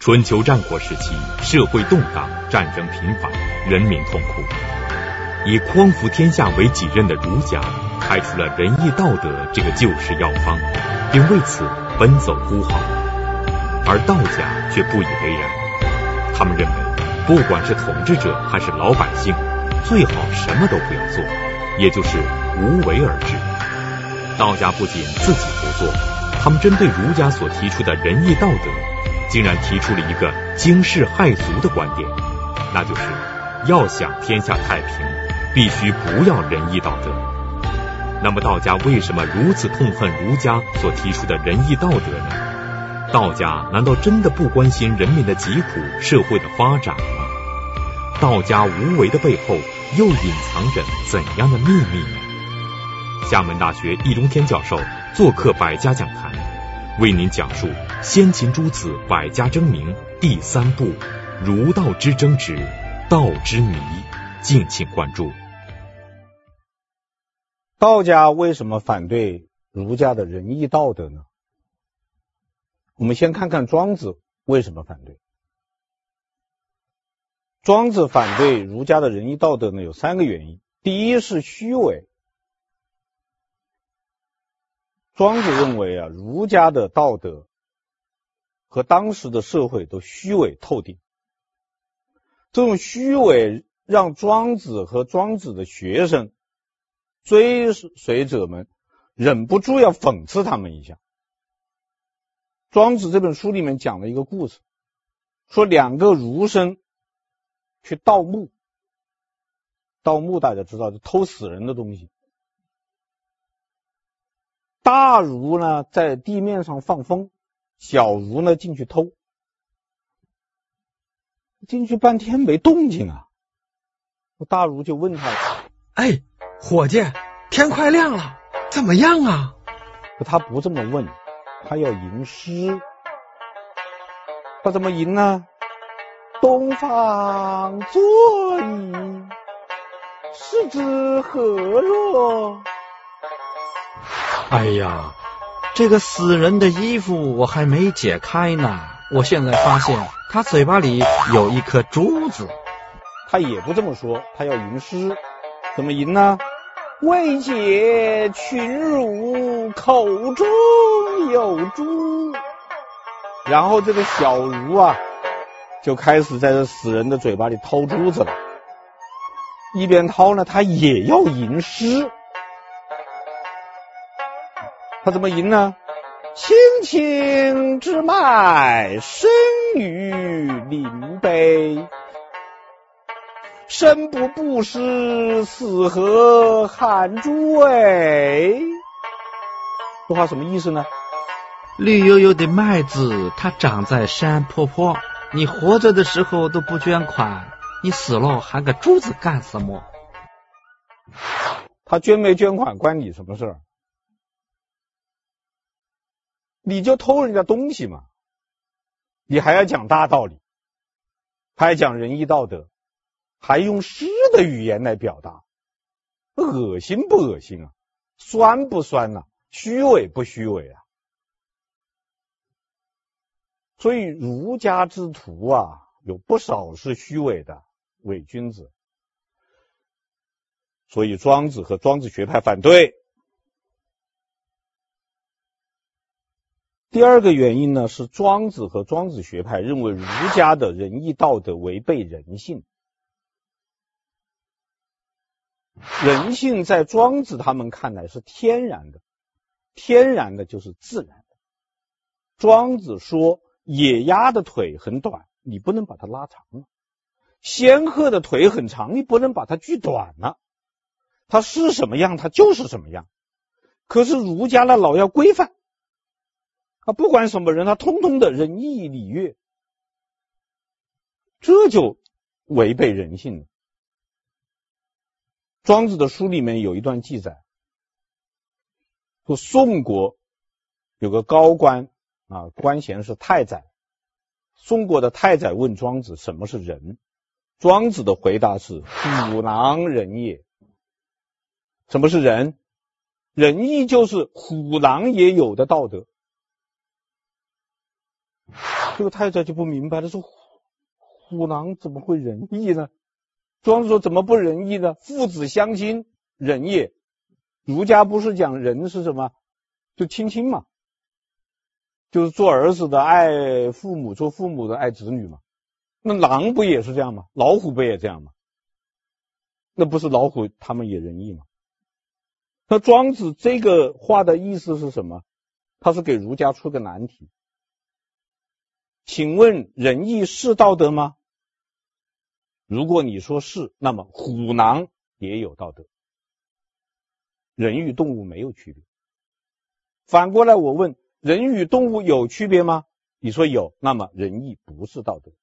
春秋战国时期，社会动荡，战争频繁，人民痛苦。以匡扶天下为己任的儒家，开出了仁义道德这个救世药方，并为此奔走呼号。而道家却不以为然，他们认为，不管是统治者还是老百姓，最好什么都不要做，也就是无为而治。道家不仅自己不做，他们针对儒家所提出的仁义道德，竟然提出了一个惊世骇俗的观点，那就是要想天下太平，必须不要仁义道德。那么道家为什么如此痛恨儒家所提出的仁义道德呢？道家难道真的不关心人民的疾苦、社会的发展吗？道家无为的背后又隐藏着怎样的秘密呢？厦门大学易中天教授做客百家讲坛，为您讲述先秦诸子百家争鸣第3部儒道之争之道之谜，敬请关注。 道家为什么反对儒家的仁义道德呢？我们先看看庄子为什么反对。庄子反对儒家的仁义道德呢，有3个原因。第一是虚伪。庄子认为啊，儒家的道德和当时的社会都虚伪透顶。这种虚伪让庄子和庄子的学生、追随者们忍不住要讽刺他们一下。庄子这本书里面讲了一个故事，说2个儒生去盗墓。盗墓大家知道，就偷死人的东西。大儒呢在地面上放风，小儒呢进去偷。进去半天没动静啊，大儒就问他： 哎，伙计，天快亮了，怎么样啊？ 他不这么问，他要吟诗。他怎么吟呢？东方坐矣，视之何若？ 哎呀，这个死人的衣服我还没解开呢，我现在发现他嘴巴里有一颗珠子。 他也不这么说，他要吟诗。怎么吟呢？未解群儒口中有珠。然后这个小儒啊就开始在这死人的嘴巴里掏珠子了，一边掏呢他也要吟诗。他怎么吟呢？青青之脉生于临碑，生不布施，死何含坠。这话什么意思呢？ 绿油油的麦子它长在山坡坡，你活着的时候都不捐款，你死了含个珠子干什么？ 他捐没捐款关你什么事儿？你就偷人家东西嘛，你还要讲大道理，还讲仁义道德，还用诗的语言来表达，恶心不恶心啊？酸不酸啊？虚伪不虚伪啊？所以儒家之徒啊，有不少是虚伪的伪君子，所以庄子和庄子学派反对。第二个原因呢，是庄子和庄子学派认为儒家的仁义道德违背人性。人性在庄子他们看来是天然的，天然的就是自然的。庄子说野鸭的腿很短，你不能把它拉长了；仙鹤的腿很长，你不能把它锯短了。它是什么样，它就是什么样。可是儒家呢，老要规范。不管什么人，他通通的仁义礼乐，这就违背人性了。庄子的书里面有一段记载，说宋国有个高官啊，官衔是太宰。宋国的太宰问庄子什么是仁，庄子的回答是虎狼人也。什么是仁？仁义就是虎狼也有的道德。 这个太宰就不明白了，说虎狼怎么会仁义呢？庄子说怎么不仁义呢？父子相亲，仁也。儒家不是讲仁是什么？就亲嘛，就是做儿子的爱父母，做父母的爱子女嘛。那狼不也是这样吗？老虎不也这样吗？那不是老虎他们也仁义吗？那庄子这个话的意思是什么？他是给儒家出个难题。请问仁义是道德吗？如果你说是，那么虎狼也有道德。人与动物没有区别。反过来我问，人与动物有区别吗？你说有，那么仁义不是道德。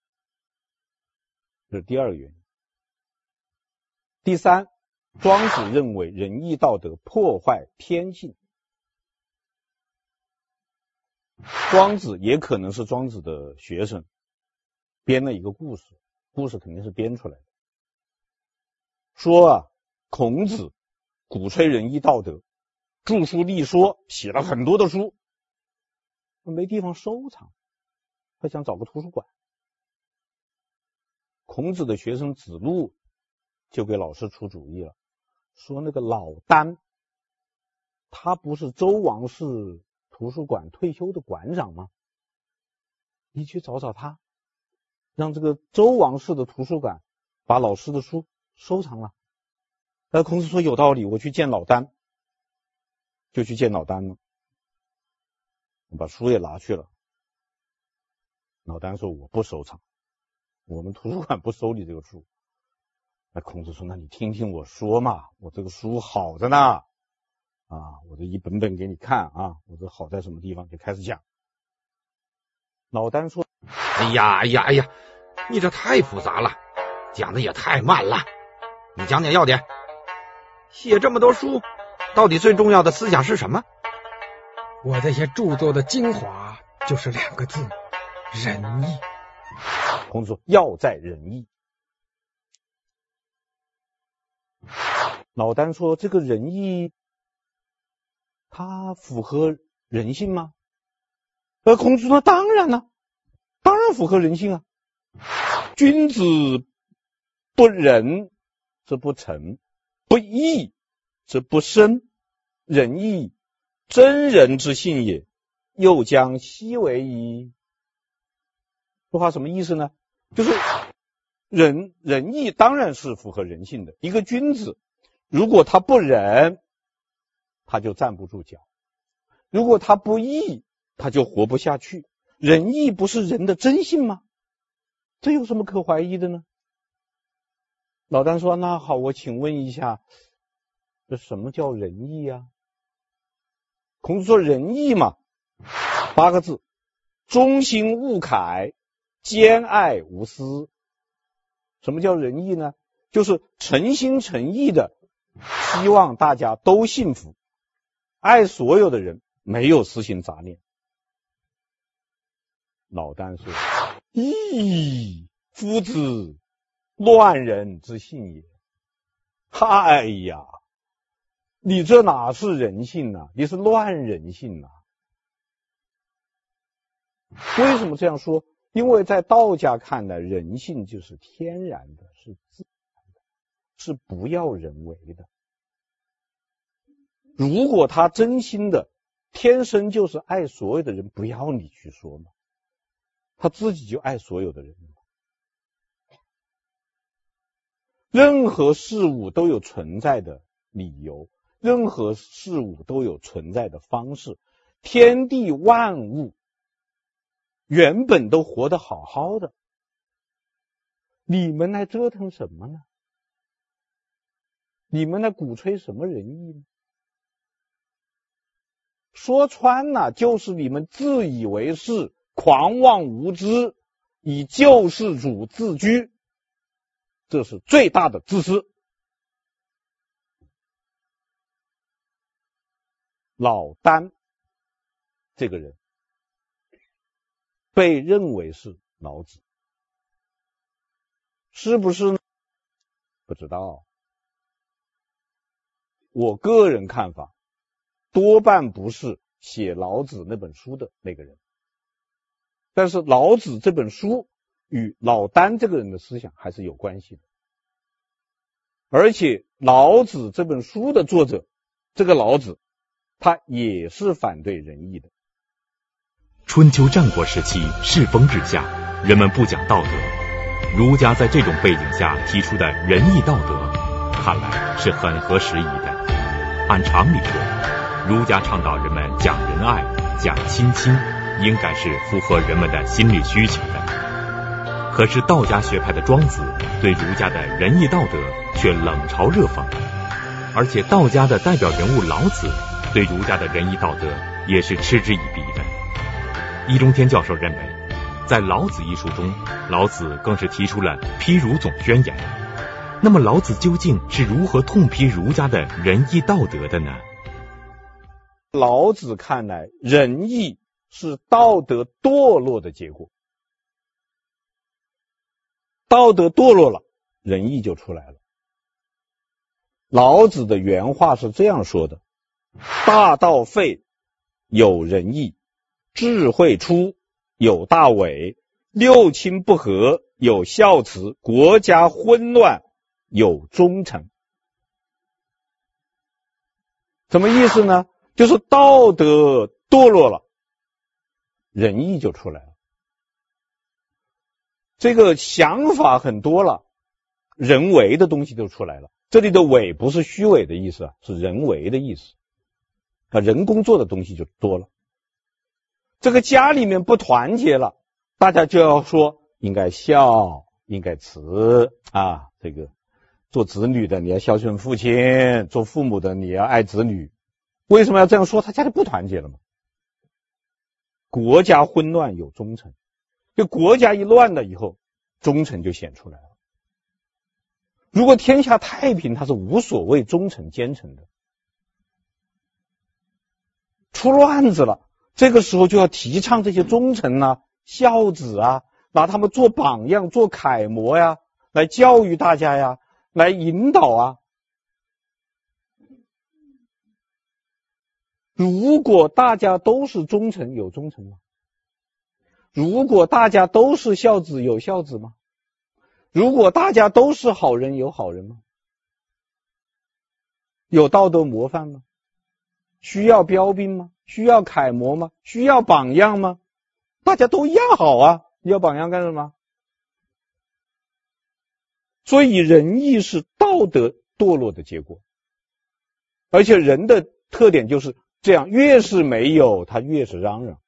这是第二个原因。第三，庄子认为仁义道德破坏天性。庄子也可能是庄子的学生编了一个故事，故事肯定是编出来的。说孔子鼓吹仁义道德，著书立说，写了很多的书，没地方收藏，他想找个图书馆。孔子的学生子路就给老师出主意了，说那个老聃，他不是周王室图书馆退休的馆长吗？你去找找他，让这个周王室的图书馆把老师的书收藏了。孔子说有道理，我去见老聃，就去见老聃了，把书也拿去了。老聃说我不收藏，我们图书馆不收你这个书。孔子说那你听听我说嘛，我这个书好着呢，我这一本本给你看啊，我这好在什么地方，就开始讲。老聃说哎呀，你这太复杂了，讲的也太慢了，你讲点要点。写这么多书，到底最重要的思想是什么？ 我这些著作的精华就是2个字：仁义。 孔子说要在仁义。老聃说这个仁义它符合人性吗？孔子说当然了，当然符合人性啊。君子不仁则不成，不义则不生。仁义真人之性也，又将奚为矣？这话什么意思呢？就是仁义当然是符合人性的。一个君子如果他不仁，他就站不住脚；如果他不义，他就活不下去。仁义不是人的真性吗？这有什么可怀疑的呢？老聃说那好，我请问一下，这什么叫仁义啊？孔子说仁义嘛，8个字：忠心勿楷，兼爱无私。什么叫仁义呢？就是诚心诚意的希望大家都幸福，爱所有的人，没有私心杂念。老聃说咦，夫子乱人之性也。哎呀，你这哪是人性啊，你是乱人性啊。为什么这样说？因为在道家看来，人性就是天然的，是自然的，是不要人为的。如果他真心的天生就是爱所有的人，不要你去说嘛，他自己就爱所有的人。任何事物都有存在的理由，任何事物都有存在的方式。天地万物原本都活得好好的，你们来折腾什么呢？你们来鼓吹什么仁义呢？说穿了，就是你们自以为是，狂妄无知，以救世主自居，这是最大的自私。老聃这个人被认为是老子，是不是呢？不知道。我个人看法，多半不是写老子那本书的那个人。 但是老子这本书与老聃这个人的思想还是有关系的。而且老子这本书的作者，这个老子，他也是反对仁义的。 春秋战国时期世风日下，人们不讲道德，儒家在这种背景下提出的仁义道德，看来是很合时宜的。按常理说，儒家倡导人们讲仁爱、讲亲亲，应该是符合人们的心理需求的。可是道家学派的庄子对儒家的仁义道德却冷嘲热讽，而且道家的代表人物老子对儒家的仁义道德也是嗤之以鼻的。易中天教授认为，在《老子》一书中，老子更是提出了批儒总宣言。那么老子究竟是如何痛批儒家的仁义道德的呢？ 老子看来，仁义是道德堕落的结果，道德堕落了，仁义就出来了。老子的原话是这样说的：大道废，有仁义；智慧出，有大伪；六亲不和，有孝慈；国家混乱，有忠诚。什么意思呢？就是道德堕落了，仁义就出来了。这个想法很多了，人为的东西就出来了。这里的伪不是虚伪的意思，是人为的意思。人工做的东西就多了。这个家里面不团结了，大家就要说应该孝，应该慈啊，这个做子女的你要孝顺父亲，做父母的你要爱子女。为什么要这样说？他家里不团结了嘛。国家混乱有忠诚，就国家一乱了以后，忠诚就显出来了。如果天下太平，他是无所谓忠诚奸臣的。出乱子了，这个时候就要提倡这些忠臣啊、孝子啊，拿他们做榜样、做楷模呀，来教育大家呀，来引导啊。如果大家都是忠臣，有忠臣吗？如果大家都是孝子，有孝子吗？如果大家都是好人，有好人吗？有道德模范吗？需要标兵吗？需要楷模吗？需要榜样吗？大家都一样好啊，你要榜样干什么？所以仁义是道德堕落的结果，而且人的特点就是这样，越是没有他越是嚷嚷，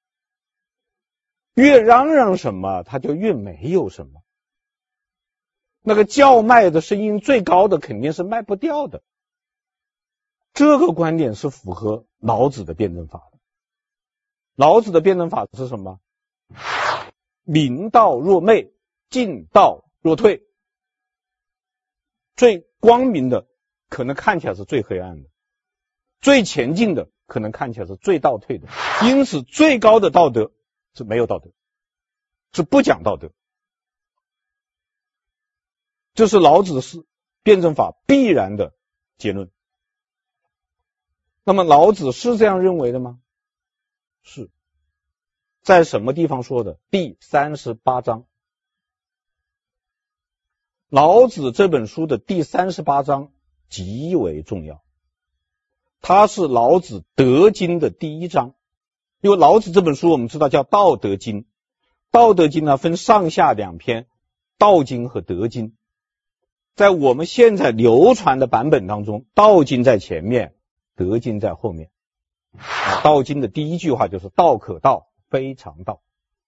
越嚷嚷什么他就越没有什么。那个叫卖的声音最高的肯定是卖不掉的。这个观点是符合老子的辩证法的。老子的辩证法是什么？明道若昧，进道若退。最光明的可能看起来是最黑暗的，最前进的可能看起来是最倒退的。因此最高的道德是没有道德，是不讲道德。这是老子是辩证法必然的结论。那么老子是这样认为的吗？是。在什么地方说的？第38章。老子这本书的第38章极为重要，它是老子德经的第一章。因为老子这本书我们知道叫道德经，道德经呢分上下两篇，道经和德经。在我们现在流传的版本当中，道经在前面，德经在后面。道经的第一句话就是道可道，非常道。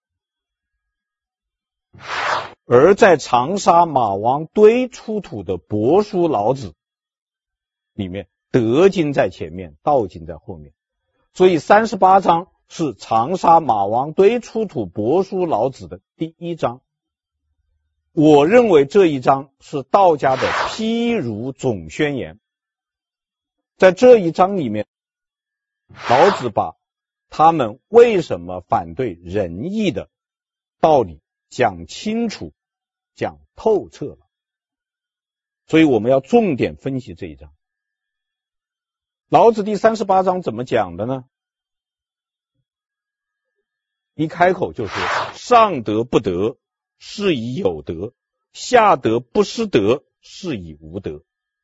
而在长沙马王堆出土的帛书老子里面，德经在前面，道经在后面。所以38章是长沙马王堆出土帛书老子的第一章。我认为这一章是道家的批儒总宣言。在这一章里面，老子把他们为什么反对仁义的道理讲清楚，讲透彻了。所以我们要重点分析这一章。老子第38章怎么讲的呢？ 一开口就说上德不德，是以有德；下德不失德，是以无德。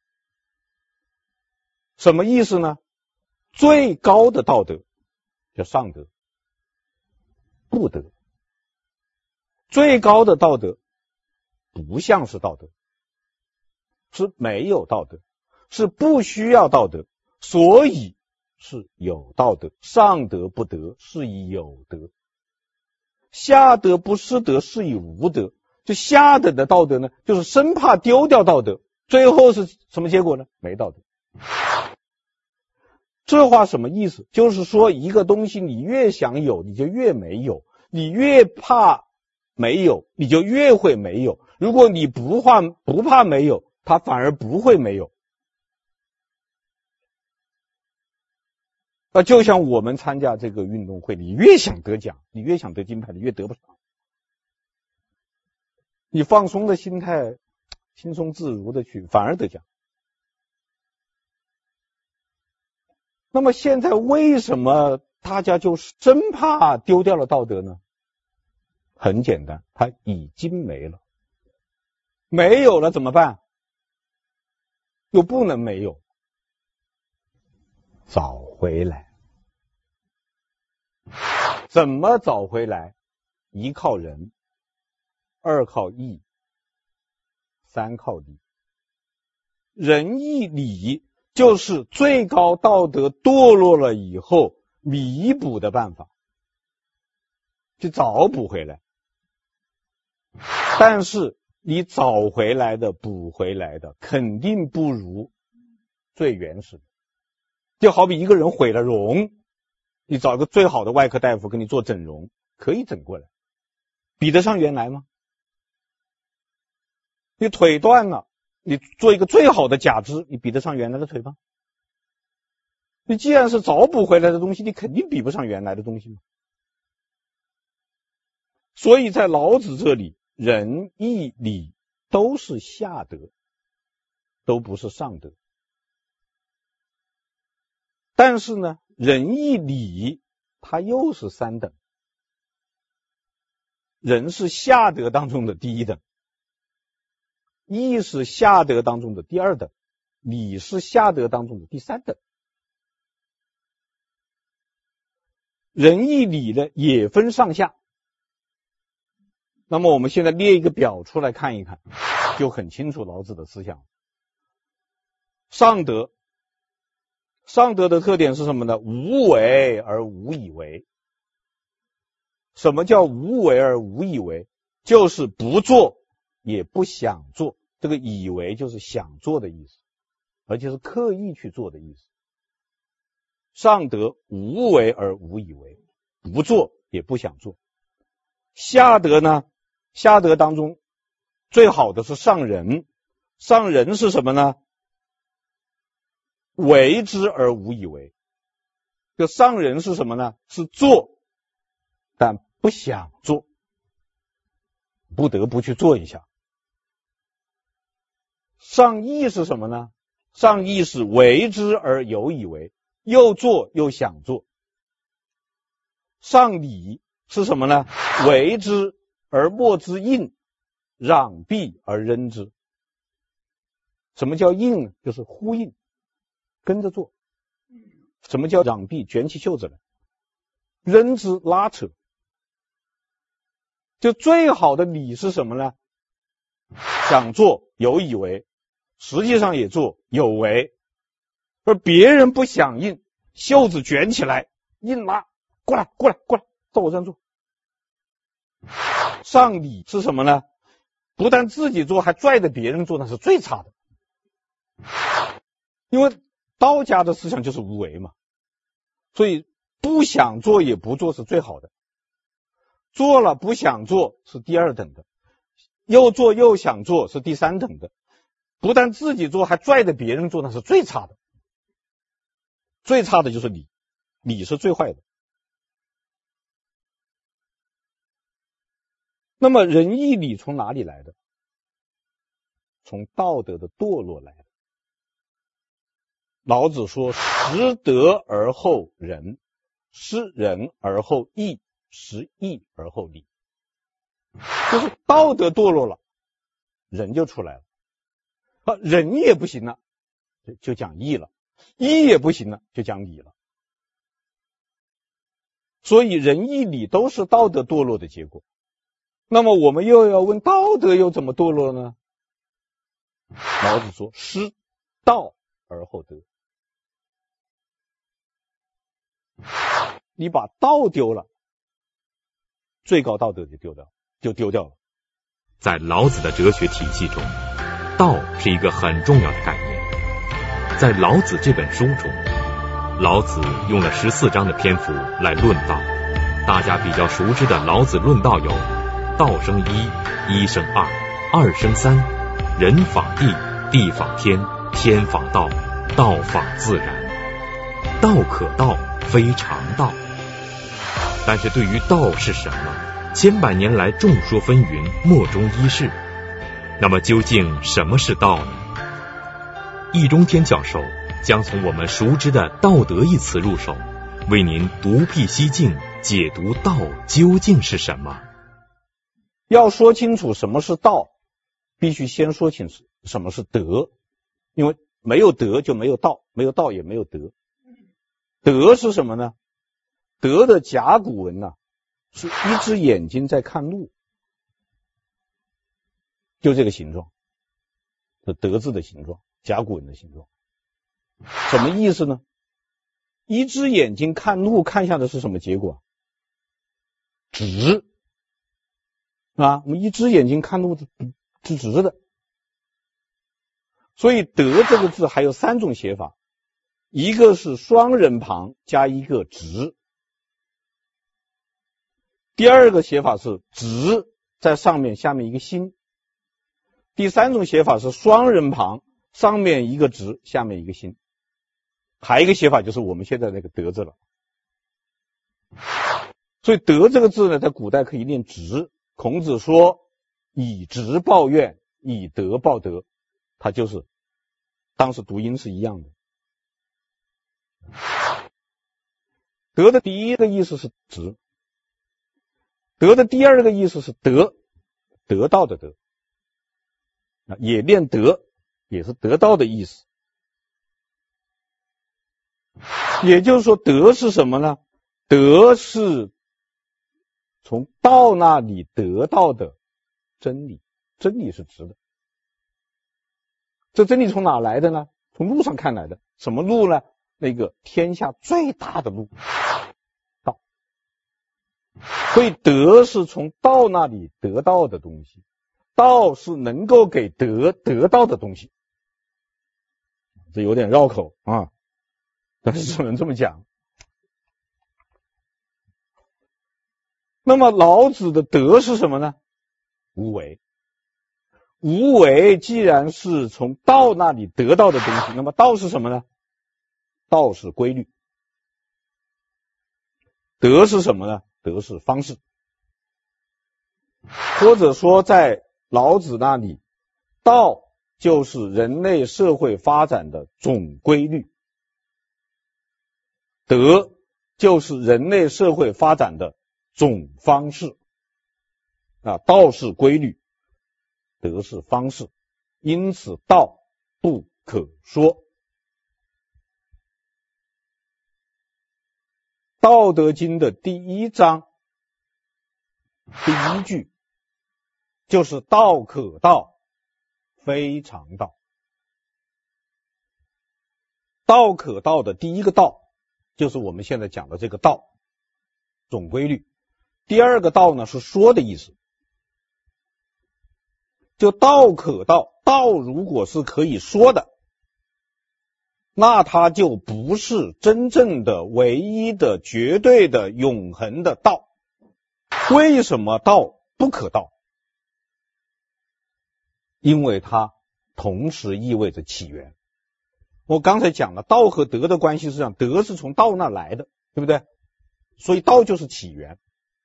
什么意思呢？最高的道德叫上德，不德；最高的道德不像是道德，是没有道德，是不需要道德，所以是有道德。上德不德，是以有德；下德不失德，是以无德。就下等的道德呢，就是生怕丢掉道德，最后是什么结果呢？没道德。这话什么意思？就是说一个东西你越想有，你就越没有；你越怕没有，你就越会没有。如果你不怕没有，它反而不会没有。就像我们参加这个运动会，你越想得奖，你越想得金牌，你越得不上。你放松的心态，轻松自如的去，反而得奖。那么现在为什么大家就生怕丢掉了道德呢？很简单，它已经没了。没有了怎么办？又不能没有，找回来。怎么找回来？一靠仁，二靠义，三靠礼。仁义礼就是最高道德堕落了以后弥补的办法，去找补回来。但是你找回来的补回来的肯定不如最原始的。就好比一个人毁了容，你找一个最好的外科大夫给你做整容，可以整过来，比得上原来吗？你腿断了，你做一个最好的假肢，你比得上原来的腿吗？你既然是找补回来的东西，你肯定比不上原来的东西嘛。所以在老子这里，仁义礼都是下德，都不是上德。但是呢，仁义礼它又是三等，仁是下德当中的第一等，义是下德当中的第二等，礼是下德当中的第三等。仁义礼呢也分上下。那么我们现在列一个表出来看一看，就很清楚老子的思想。上德，上德的特点是什么呢？无为而无以为。什么叫无为而无以为？就是不做也不想做，这个以为就是想做的意思，而且是刻意去做的意思。上德无为而无以为，不做也不想做。下德呢？下德当中最好的是上仁。上仁是什么呢？为之而无以为。这上仁是什么呢？是做但不想做，不得不去做一下。上义是什么呢？上义是为之而有以为，又做又想做。上礼是什么呢？为之而莫之应，攘臂而扔之。什么叫应呢？就是呼应，跟着做。什么叫攘臂？卷起袖子来。扔之，拉扯。就最好的礼是什么呢？想做有以为，实际上也做有为，而别人不响应，袖子卷起来硬拉，过来过来过来，到我这样做。上礼是什么呢？不但自己做，还拽着别人做，那是最差的。因为道家的思想就是无为嘛，所以不想做也不做是最好的，做了不想做是第二等的，又做又想做是第三等的，不但自己做还拽着别人做，那是最差的。最差的就是礼，礼是最坏的。那么仁义礼从哪里来的？从道德的堕落来的。老子说：失德而后仁，失仁而后义， 失义而后礼，就是道德堕落了，仁就出来了。仁也不行了，就讲义了；义也不行了，就讲礼了。所以仁义礼都是道德堕落的结果。那么我们又要问，道德又怎么堕落呢？老子说：失道而后德。你把道丢了，最高道德就丢掉了。 在老子的哲学体系中，道是一个很重要的概念。在老子这本书中，老子用了14章的篇幅来论道。大家比较熟知的老子论道有：道生一，一生二，二生三，人仿地，地仿天，天仿道，道仿自然。道可道，非常道。但是对于道是什么，千百年来众说纷纭，莫衷一是。那么究竟什么是道呢？易中天教授将从我们熟知的道德一词入手，为您独辟蹊径，解读道究竟是什么。 要说清楚什么是道，必须先说清楚什么是德，因为没有德就没有道，没有道也没有德。德是什么呢？德的甲骨文呢，是一只眼睛在看路，就这个形状，这德字的形状，甲骨文的形状。什么意思呢？一只眼睛看路，看下的是什么结果？直啊，我们一只眼睛看路是直的。所以德这个字还有3种写法，一个是双人旁加一个直，第二个写法是直在上面下面一个心，第3种写法是双人旁上面一个直下面一个心，还有一个写法就是我们现在那个德字了。所以德这个字呢，在古代可以念直。孔子说以直报怨，以德报德，它就是当时读音是一样的。德的第一个意思是直，德的第二个意思是得，得到的得，也念德，也是得到的意思。也就是说，德是什么呢？德是从道那里得到的真理，真理是直的。这真理从哪来的呢？从路上看来的。什么路呢？那个天下最大的路，道。所以德是从道那里得到的东西，道是能够给得到的东西。这有点绕口啊，但是只能这么讲。那么老子的德是什么呢？无为。无为既然是从道那里得到的东西，那么道是什么呢？道是规律。德是什么呢？德是方式。或者说在老子那里，道就是人类社会发展的总规律，德就是人类社会发展的总方式。道是规律，德是方式，因此道不可说。道德经的第1章第1句就是道可道，非常道。道可道的第一个道就是我们现在讲的这个道，总规律。第二个道呢是说的意思。就道可道，道如果是可以说的，那它就不是真正的唯一的绝对的永恒的道。为什么道不可道？因为它同时意味着起源。我刚才讲了，道和德的关系是这样，德是从道那来的，对不对？所以道就是起源。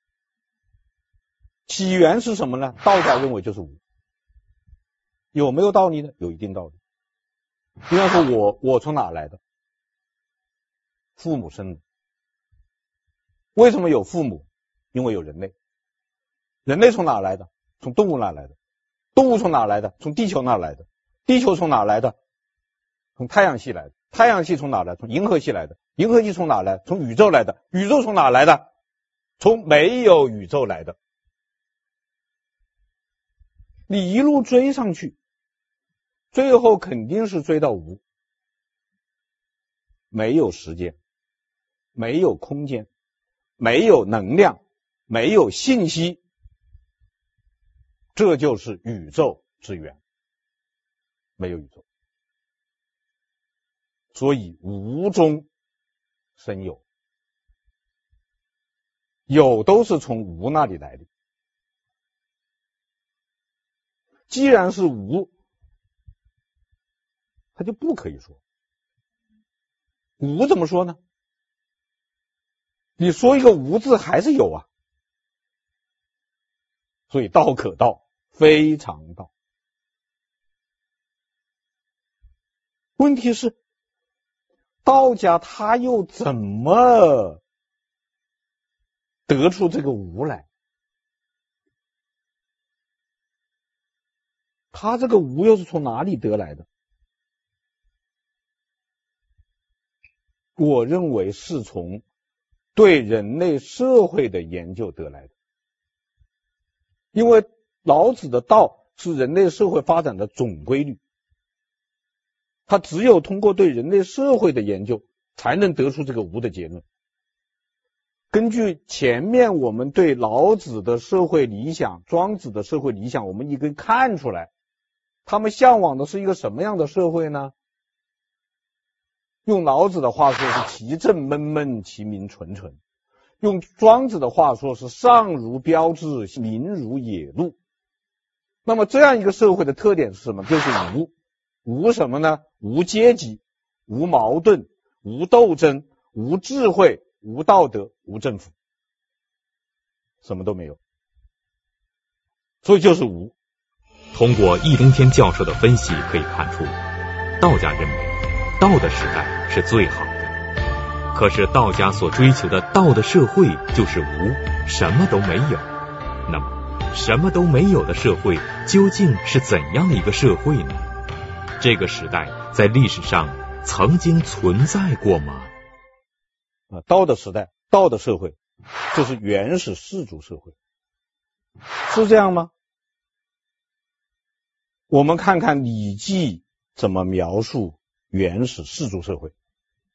起源是什么呢？道家认为就是无。有没有道理呢？有一定道理。比方说我从哪来的？父母生的。为什么有父母？ 因为有人类。人类从哪来的？从动物那来的。动物从哪来的？从地球那来的。地球从哪来的？从太阳系来的。太阳系从哪来？从银河系来的。银河系从哪来？从宇宙来的。宇宙从哪来的？从没有宇宙来的。你一路追上去，最后肯定是追到无。没有时间，没有空间，没有能量，没有信息，这就是宇宙之源。没有宇宙，所以无中生有，有都是从无那里来的。既然是无，它就不可以说。无怎么说呢？你说一个无字还是有啊。所以道可道，非常道。问题是道家他又怎么得出这个无来？他这个无又是从哪里得来的？我认为是从对人类社会的研究得来的。因为老子的道是人类社会发展的总规律，他只有通过对人类社会的研究才能得出这个无的结论。根据前面我们对老子的社会理想、庄子的社会理想，我们已经看出来他们向往的是一个什么样的社会呢？用老子的话说是其政闷闷，其民纯纯。用庄子的话说是上如标志，民如野鹿。那么这样一个社会的特点是什么？就是无。无什么呢？无阶级，无矛盾，无斗争，无智慧，无道德，无政府，什么都没有。所以就是无。 通过易中天教授的分析可以看出，道家认为道的时代是最好的。可是道家所追求的道的社会就是无，什么都没有。那么什么都没有的社会究竟是怎样的一个社会呢？这个时代在历史上曾经存在过吗？ 道的时代，道的社会就是原始氏族社会，是这样吗？我们看看《礼记》怎么描述原始氏族社会。《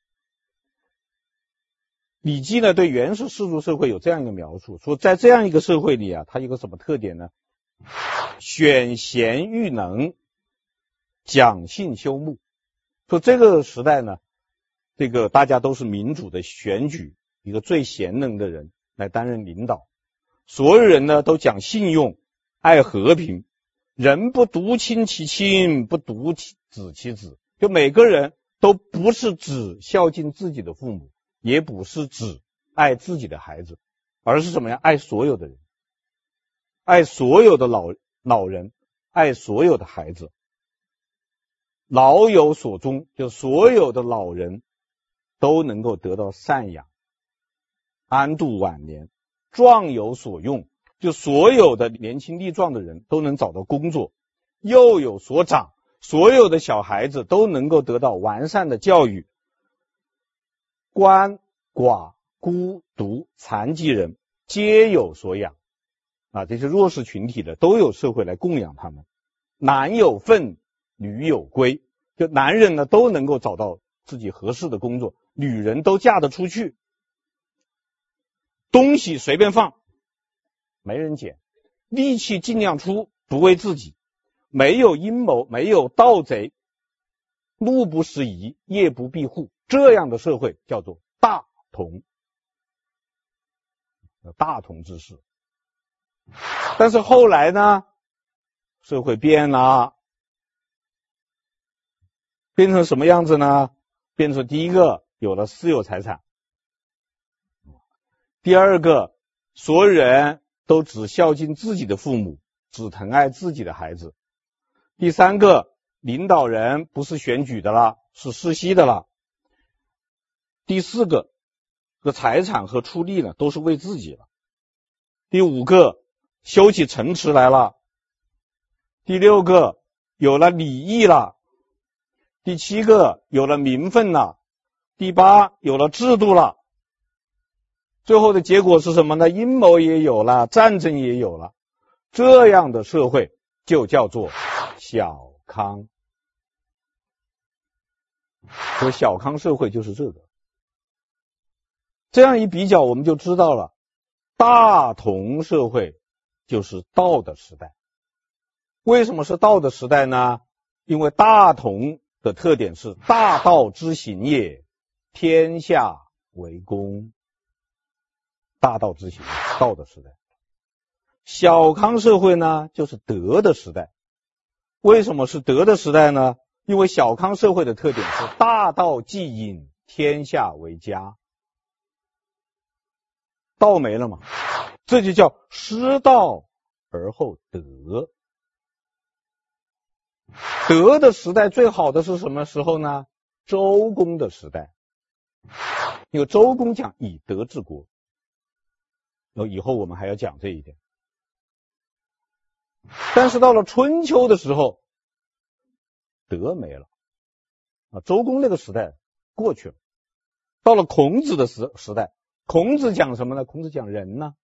礼记》呢对原始氏族社会有这样一个描述，说在这样一个社会里啊，它有个什么特点呢？选贤育能，讲信修睦。说这个时代呢，这个大家都是民主的选举一个最贤能的人来担任领导，所有人呢都讲信用，爱和平，人不独亲其亲，不独子其子，就每个人都不是只孝敬自己的父母，也不是只爱自己的孩子，而是什么呀？爱所有的人，爱所有的老人，爱所有的孩子。老有所终，就所有的老人都能够得到赡养，安度晚年。壮有所用，就所有的年轻力壮的人都能找到工作。幼有所长，所有的小孩子都能够得到完善的教育。鳏寡孤独残疾人皆有所养这些弱势群体的都有社会来供养他们。男有分，女有归，就男人呢都能够找到自己合适的工作，女人都嫁得出去。东西随便放，没人捡，力气尽量出，不为自己，没有阴谋，没有盗贼，路不拾遗，夜不闭户，这样的社会叫做大同，大同之世。但是后来呢，社会变了，变成什么样子呢？变成第一个有了私有财产，第二个所有人都只孝敬自己的父母，只疼爱自己的孩子，第三个领导人不是选举的了，是世袭的了，第四个这个财产和出力呢都是为自己了。 第5个，修起城池来了。第6个，有了礼义了。第7个，有了名分了。第8，有了制度了。最后的结果是什么呢？阴谋也有了，战争也有了。这样的社会就叫做小康。所以小康社会就是这个。这样一比较，我们就知道了，大同社会就是道的时代。为什么是道的时代呢？因为大同的特点是大道之行也，天下为公。大道之行，道的时代。小康社会呢，就是德的时代。为什么是德的时代呢？因为小康社会的特点是大道既隐，天下为家。道没了嘛，这就叫失道而后德。德的时代最好的是什么时候呢？周公的时代。因为周公讲以德治国，以后我们还要讲这一点。但是到了春秋的时候，德没了周公那个时代过去了。到了孔子的时代，孔子讲什么呢？孔子讲仁呢，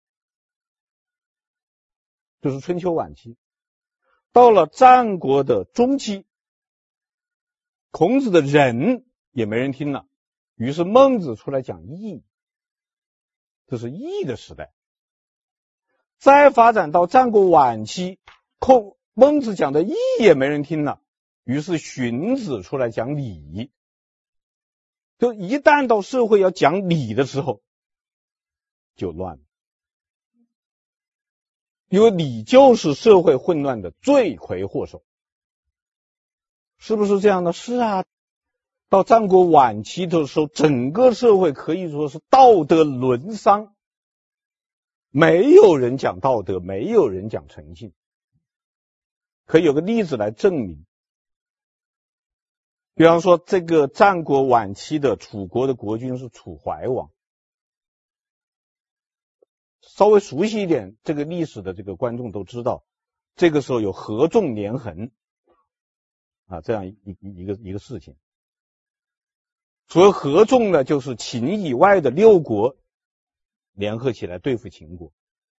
就是春秋晚期。到了战国的中期，孔子的仁也没人听了，于是孟子出来讲义，这是义的时代。再发展到战国晚期，孟子讲的义也没人听了，于是荀子出来讲礼。就一旦到社会要讲礼的时候，就乱了。因为礼就是社会混乱的罪魁祸首。是不是这样的？是啊。到战国晚期的时候，整个社会可以说是道德沦丧，没有人讲道德，没有人讲诚信。可以有个例子来证明。比方说这个战国晚期的楚国的国君是楚怀王。稍微熟悉一点这个历史的这个观众都知道，这个时候有合纵连横这样一个事情。所谓合纵呢，就是秦以外的6国联合起来对付秦国。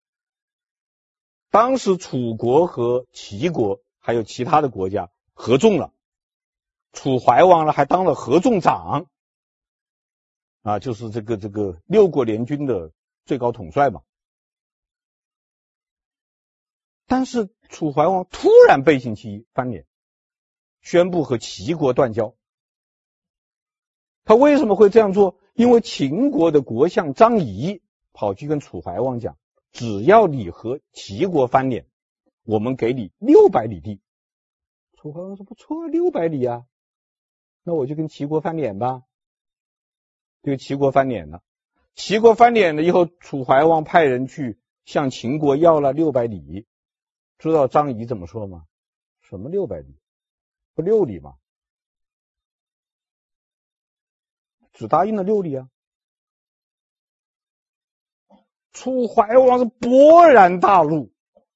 当时楚国和齐国还有其他的国家合纵了，楚怀王呢还当了合纵长就是这个6国联军的最高统帅嘛。但是楚怀王突然背信弃义，翻脸，宣布和齐国断交。他为什么会这样做？因为秦国的国相张仪跑去跟楚怀王讲，只要你和齐国翻脸，我们给你600里地。楚怀王说不错，600里啊，那我就跟齐国翻脸吧。这个齐国翻脸了。齐国翻脸了以后，楚怀王派人去向秦国要了600里。知道张仪怎么说吗？什么600里？不6里吗？只答应了6里啊。楚怀王是勃然大怒，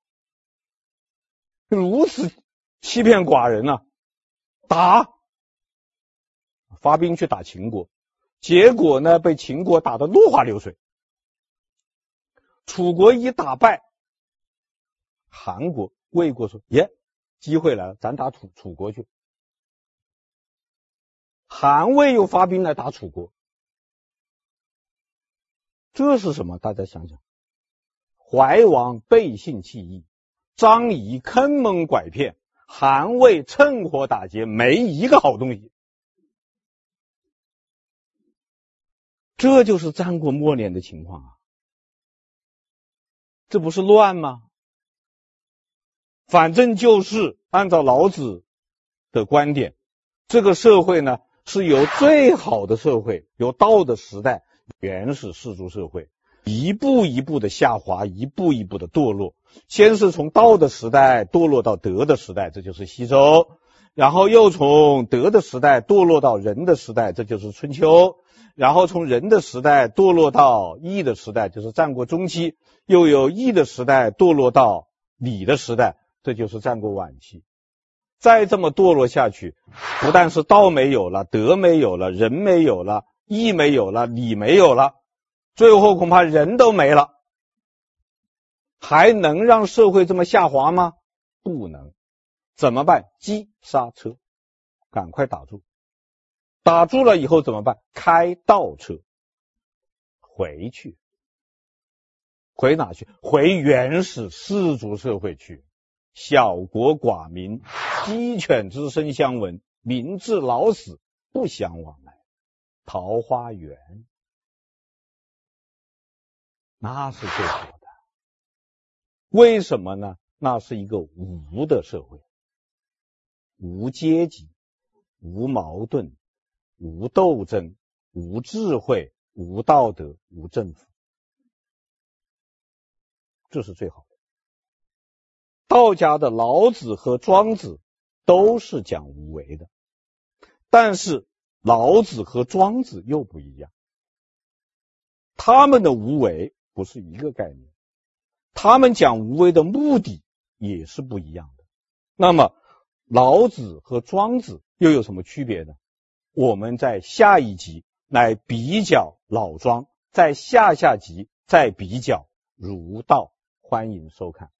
如此欺骗寡人打，发兵去打秦国，结果呢被秦国打得落花流水。楚国一打败，韩国、魏国说机会来了，咱打楚国去。韩魏又发兵来打楚国。这是什么？大家想想，怀王背信弃义，张仪坑蒙拐骗，韩魏趁火打劫，没一个好东西。这就是战国末年的情况这不是乱吗？反正就是按照老子的观点，这个社会呢是由最好的社会，由道的时代，原始氏族社会，一步一步的下滑，一步一步的堕落。先是从道的时代堕落到德的时代，这就是西周，然后又从德的时代堕落到仁的时代，这就是春秋，然后从仁的时代堕落到义的时代，就是战国中期， 又由义的时代堕落到礼的时代，这就是战国晚期。再这么堕落下去，不但是道没有了，德没有了，人没有了，义没有了，礼没有了，最后恐怕人都没了。还能让社会这么下滑吗？不能。怎么办？急刹车，赶快打住。打住了以后怎么办？开倒车，回去。回哪去？回原始氏族社会去。小国寡民，鸡犬之声相闻，民至老死不相往来。桃花源，那是最好的。为什么呢？那是一个无的社会，无阶级，无矛盾，无斗争，无智慧，无道德，无政府，这是最好的。道家的老子和庄子都是讲无为的，但是老子和庄子又不一样，他们的无为不是一个概念，他们讲无为的目的也是不一样的。那么老子和庄子又有什么区别呢？我们在下一集来比较老庄，在下下集再比较儒道，欢迎收看。